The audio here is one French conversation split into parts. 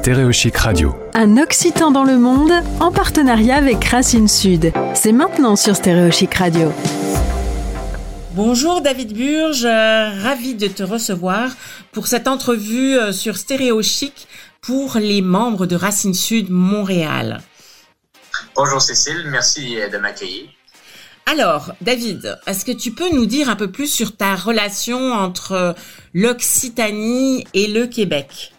Stéréo Chic Radio. Un Occitan dans le monde, en partenariat avec Racine Sud. C'est maintenant sur Stéréo Chic Radio. Bonjour David Burge, ravi de te recevoir pour cette entrevue sur Stéréo Chic pour les membres de Racine Sud Montréal. Bonjour Cécile, merci de m'accueillir. Alors, David, est-ce que tu peux nous dire un peu plus sur ta relation entre l'Occitanie et le Québec?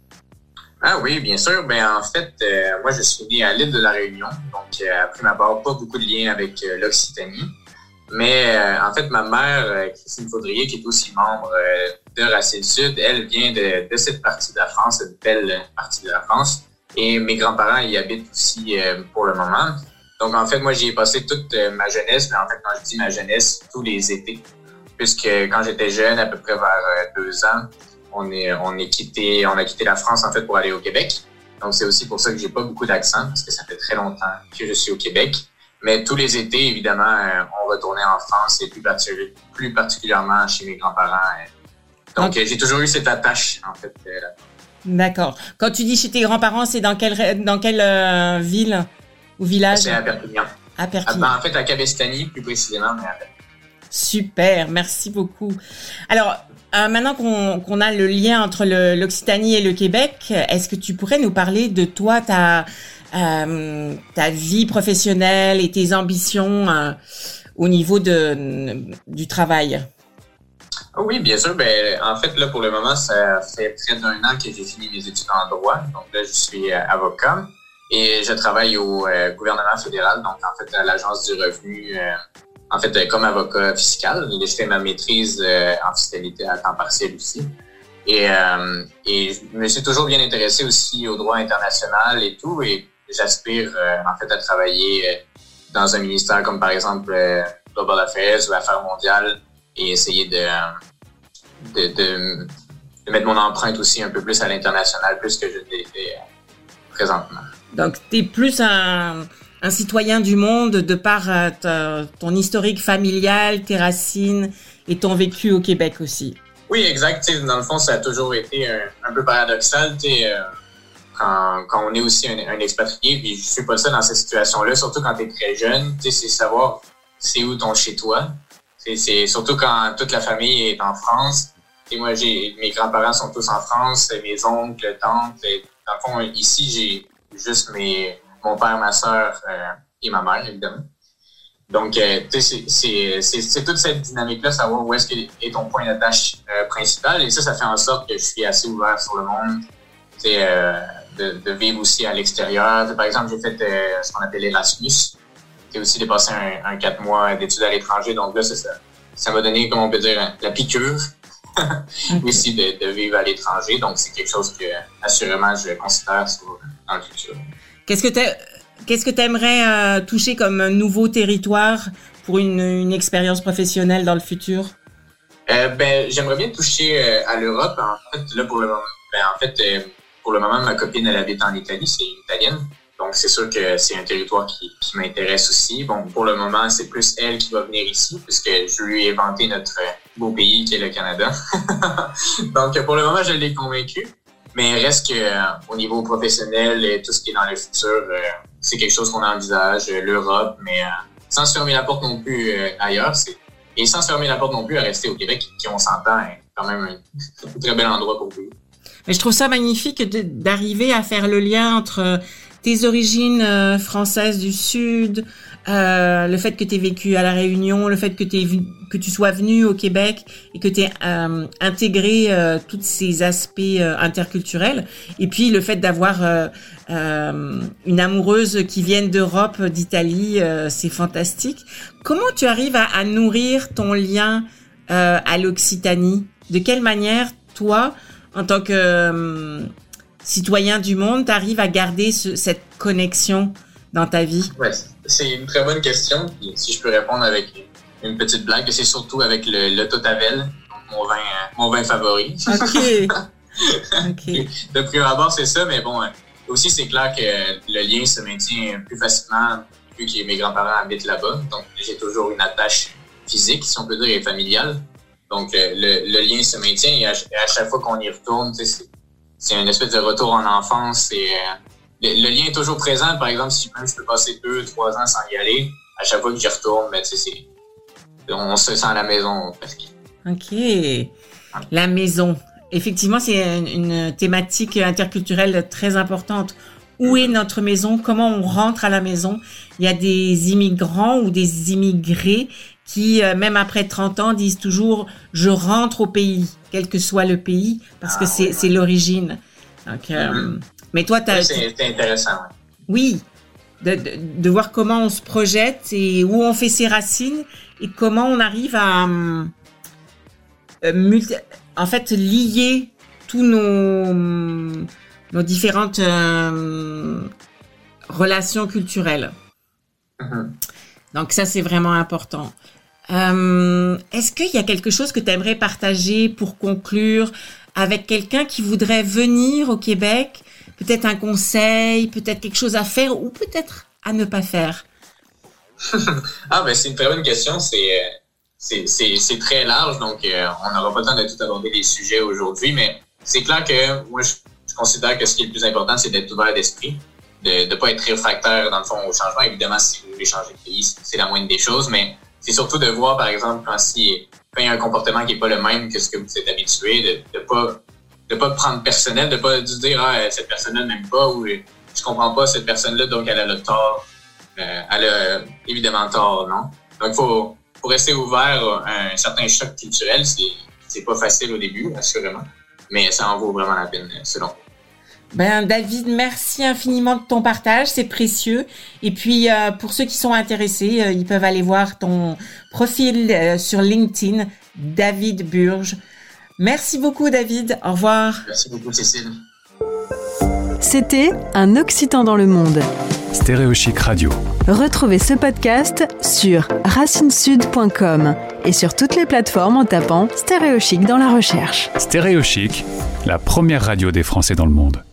Ah oui, bien sûr. En fait, moi, je suis né à l'île de la Réunion, donc après ma part, pas beaucoup de liens avec l'Occitanie. Mais en fait, ma mère, Christine Faudrier, qui est aussi membre de Racine Sud, elle vient de cette partie de la France, cette belle partie de la France. Et mes grands-parents y habitent aussi pour le moment. Donc, en fait, moi, j'y ai passé toute ma jeunesse, mais en fait, quand je dis ma jeunesse, tous les étés. Puisque quand j'étais jeune, à peu près vers 2 ans, on a quitté la France, en fait, pour aller au Québec. Donc, c'est aussi pour ça que j'ai pas beaucoup d'accent, parce que ça fait très longtemps que je suis au Québec. Mais tous les étés, évidemment, on retournait en France et plus particulièrement chez mes grands-parents. Donc, j'ai toujours eu cette attache, en fait. D'accord. Quand tu dis chez tes grands-parents, c'est dans quelle ville ou village? C'est à Perpignan. À Perpignan. En fait, à Cabestany, plus précisément, mais à Perpignan. Super, merci beaucoup. Alors, maintenant qu'on a le lien entre l'Occitanie et le Québec, est-ce que tu pourrais nous parler de toi, ta vie professionnelle et tes ambitions au niveau du travail? Oui, bien sûr. En fait, là, pour le moment, ça fait près d'1 an que j'ai fini mes études en droit. Donc là, je suis avocat et je travaille au gouvernement fédéral, donc en fait à l'Agence du revenu, comme avocat fiscal. Je fais ma maîtrise en fiscalité à temps partiel aussi. Et je me suis toujours bien intéressé aussi au droit international et tout. Et j'aspire à travailler dans un ministère comme par exemple Global Affairs ou Affaires mondiales et essayer de mettre mon empreinte aussi un peu plus à l'international, plus que je l'ai fait présentement. Donc, tu es plus un citoyen du monde de par ton historique familial, tes racines et ton vécu au Québec aussi. Oui, exact. Dans le fond, ça a toujours été un peu paradoxal. Quand on est aussi un expatrié, puis je suis pas seul dans cette situation-là, surtout quand tu es très jeune, c'est savoir c'est où ton chez-toi. C'est surtout quand toute la famille est en France. Moi, mes grands-parents sont tous en France, mes oncles, tantes. Dans le fond, ici, j'ai juste mon père, ma sœur et ma mère, évidemment. Donc, c'est toute cette dynamique-là, savoir où est-ce que est ton point d'attache principal. Et ça fait en sorte que je suis assez ouvert sur le monde, de vivre aussi à l'extérieur. Par exemple, j'ai fait ce qu'on appelle l'Erasmus. J'ai aussi dépassé un 4 mois d'études à l'étranger. Donc là, ça m'a donné, comme on peut dire, la piqûre aussi de vivre à l'étranger. Donc, c'est quelque chose que, assurément, je considère dans le futur. Qu'est-ce que tu aimerais toucher comme nouveau territoire pour une expérience professionnelle dans le futur? J'aimerais bien toucher à l'Europe. En fait, là, pour le moment, ma copine, elle habite en Italie, c'est une Italienne. Donc, c'est sûr que c'est un territoire qui m'intéresse aussi. Bon, pour le moment, c'est plus elle qui va venir ici, puisque je lui ai vanté notre beau pays qui est le Canada. Donc, pour le moment, je l'ai convaincue. Mais reste que au niveau professionnel et tout ce qui est dans le futur, c'est quelque chose qu'on envisage, l'Europe, mais sans se fermer la porte non plus ailleurs. Et sans se fermer la porte non plus à rester au Québec, qui, on s'entend, est quand même un très bel endroit pour vivre. Mais je trouve ça magnifique d'arriver à faire le lien entre tes origines françaises du Sud, le fait que tu aies vécu à La Réunion, le fait que tu sois venu au Québec et que tu aies intégré tous ces aspects interculturels. Et puis le fait d'avoir une amoureuse qui vienne d'Europe, d'Italie, c'est fantastique. Comment tu arrives à nourrir ton lien à l'Occitanie? De quelle manière, toi, en tant que citoyen du monde, tu arrives à garder cette connexion dans ta vie? Ouais, c'est une très bonne question. Puis, si je peux répondre avec une petite blague, c'est surtout avec le Totavel, mon vin favori. OK. De prime abord, c'est ça, mais bon, aussi, c'est clair que le lien se maintient plus facilement vu que mes grands-parents habitent là-bas. Donc, j'ai toujours une attache physique, si on peut dire, et familiale. Donc, le lien se maintient et à chaque fois qu'on y retourne, une espèce de retour en enfance. Et le lien est toujours présent. Par exemple, si même je peux passer 2-3 ans sans y aller, à chaque fois que j'y retourne, ben, on se sent à la maison presque. OK. La maison. Effectivement, c'est une thématique interculturelle très importante. Où est notre maison? Comment on rentre à la maison? Il y a des immigrants ou des immigrés qui, même après 30 ans, disent toujours « je rentre au pays », quel que soit le pays, parce que c'est l'origine. Donc, mais toi, c'est intéressant. Oui, de voir comment on se projette et où on fait ses racines et comment on arrive à en fait lier tous nos différentes relations culturelles. Donc ça, c'est vraiment important. Est-ce qu'il y a quelque chose que tu aimerais partager pour conclure avec quelqu'un qui voudrait venir au Québec? Peut-être un conseil, peut-être quelque chose à faire ou peut-être à ne pas faire? C'est une très bonne question. C'est très large, donc on n'aura pas le temps de tout aborder les sujets aujourd'hui, mais c'est clair que moi, je considère que ce qui est le plus important, c'est d'être ouvert d'esprit, de ne pas être réfractaire, dans le fond, au changement. Évidemment, si vous voulez changer de pays, c'est la moindre des choses, mais c'est surtout de voir, par exemple, quand il y a un comportement qui n'est pas le même que ce que vous êtes habitué, de pas prendre personnel, de pas dire « cette personne-là ne m'aime pas » ou « je comprends pas cette personne-là, donc elle a le tort. » Elle a évidemment tort, non? Donc, faut rester ouvert à un certain choc culturel. C'est pas facile au début, assurément, mais ça en vaut vraiment la peine, selon moi. David, merci infiniment de ton partage, c'est précieux. Et puis, pour ceux qui sont intéressés, ils peuvent aller voir ton profil sur LinkedIn, David Burge. Merci beaucoup, David. Au revoir. Merci beaucoup, Cécile. C'était Un Occitan dans le monde. Stéréochic Radio. Retrouvez ce podcast sur racinesud.com et sur toutes les plateformes en tapant Stéréochic dans la recherche. Stéréochic, la première radio des Français dans le monde.